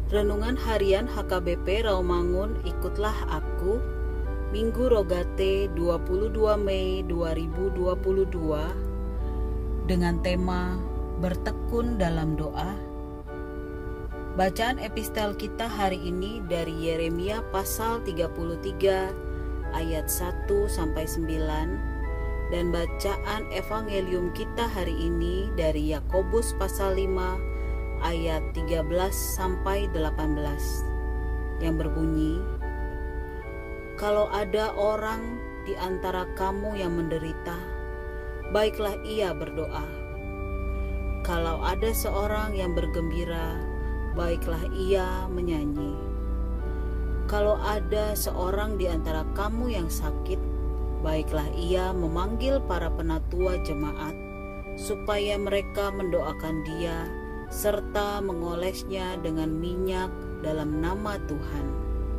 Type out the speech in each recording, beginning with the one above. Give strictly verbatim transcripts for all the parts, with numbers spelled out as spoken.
Renungan Harian H K B P Rawamangun Ikutlah Aku, Minggu Rogate dua puluh dua Mei dua ribu dua puluh dua, dengan tema Bertekun dalam Doa. Bacaan epistel kita hari ini dari Yeremia pasal tiga puluh tiga ayat satu sampai sembilan, dan bacaan evangelium kita hari ini dari Yakobus pasal lima ayat tiga belas sampai delapan belas, yang berbunyi, "Kalau ada orang di antara kamu yang menderita, baiklah ia berdoa. Kalau ada seorang yang bergembira, baiklah ia menyanyi. Kalau ada seorang di antara kamu yang sakit, baiklah ia memanggil para penatua jemaat, supaya mereka mendoakan dia, serta mengolesnya dengan minyak dalam nama Tuhan.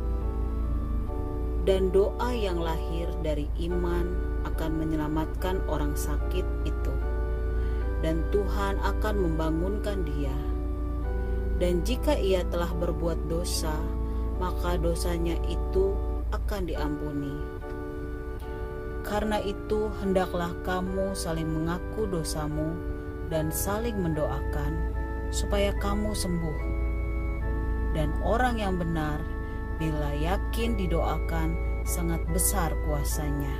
Dan doa yang lahir dari iman akan menyelamatkan orang sakit itu, dan Tuhan akan membangunkan dia. Dan jika ia telah berbuat dosa, maka dosanya itu akan diampuni. Karena itu hendaklah kamu saling mengaku dosamu dan saling mendoakan, supaya kamu sembuh. Dan orang yang benar, bila yakin didoakan, sangat besar kuasanya."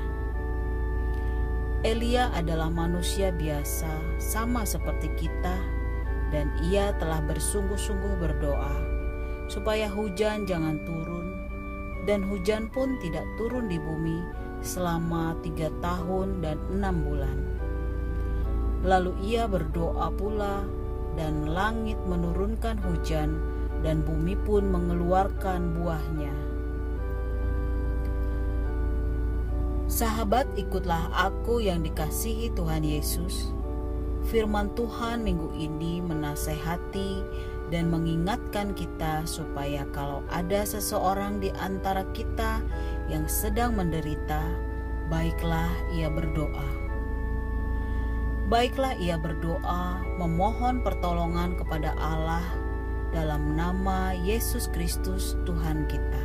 Elia adalah manusia biasa, sama seperti kita, dan ia telah bersungguh-sungguh berdoa supaya hujan jangan turun, dan hujan pun tidak turun di bumi selama tiga tahun dan enam bulan. Lalu ia berdoa pula, dan langit menurunkan hujan, dan bumi pun mengeluarkan buahnya. Sahabat, ikutlah aku yang dikasihi Tuhan Yesus. Firman Tuhan minggu ini menasehati dan mengingatkan kita supaya kalau ada seseorang di antara kita yang sedang menderita, baiklah ia berdoa. Baiklah ia berdoa, memohon pertolongan kepada Allah dalam nama Yesus Kristus Tuhan kita.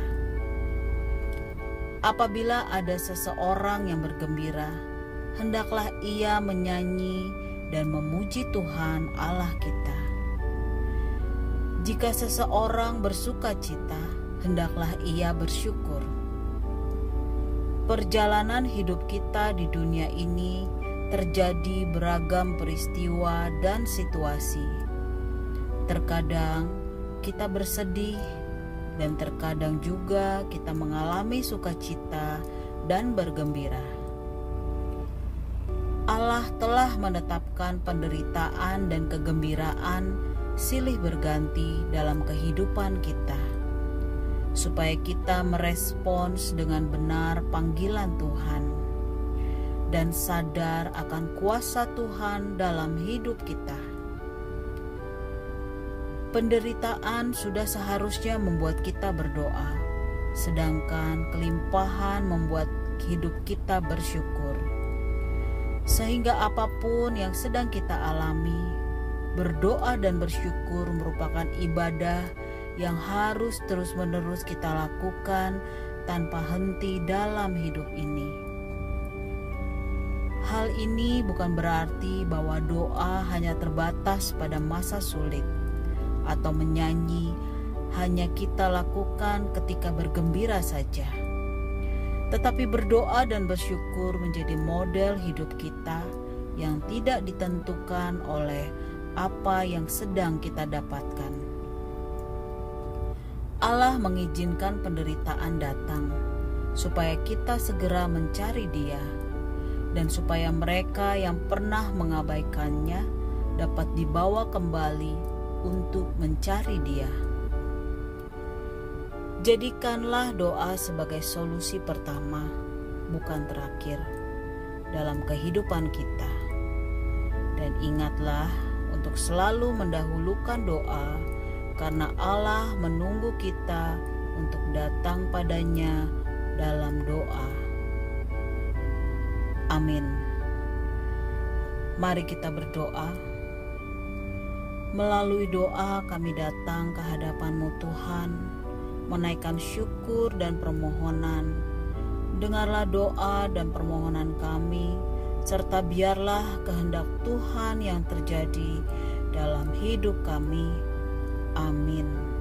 Apabila ada seseorang yang bergembira, hendaklah ia menyanyi dan memuji Tuhan Allah kita. Jika seseorang bersuka cita, hendaklah ia bersyukur. Perjalanan hidup kita di dunia ini terjadi beragam peristiwa dan situasi. Terkadang kita bersedih, dan terkadang juga kita mengalami sukacita dan bergembira. Allah telah menetapkan penderitaan dan kegembiraan silih berganti dalam kehidupan kita, supaya kita merespons dengan benar panggilan Tuhan dan sadar akan kuasa Tuhan dalam hidup kita. Penderitaan sudah seharusnya membuat kita berdoa, sedangkan kelimpahan membuat hidup kita bersyukur. Sehingga apapun yang sedang kita alami, berdoa dan bersyukur merupakan ibadah yang harus terus-menerus kita lakukan tanpa henti dalam hidup ini. Hal ini bukan berarti bahwa doa hanya terbatas pada masa sulit, atau menyanyi hanya kita lakukan ketika bergembira saja. Tetapi berdoa dan bersyukur menjadi model hidup kita yang tidak ditentukan oleh apa yang sedang kita dapatkan. Allah mengizinkan penderitaan datang supaya kita segera mencari Dia, dan supaya mereka yang pernah mengabaikannya dapat dibawa kembali untuk mencari Dia. Jadikanlah doa sebagai solusi pertama, bukan terakhir, dalam kehidupan kita. Dan ingatlah untuk selalu mendahulukan doa, karena Allah menunggu kita untuk datang padanya dalam doa. Amin. Mari kita berdoa. Melalui doa kami datang ke hadapan-Mu Tuhan, menaikkan syukur dan permohonan. Dengarlah doa dan permohonan kami, serta biarlah kehendak Tuhan yang terjadi dalam hidup kami. Amin.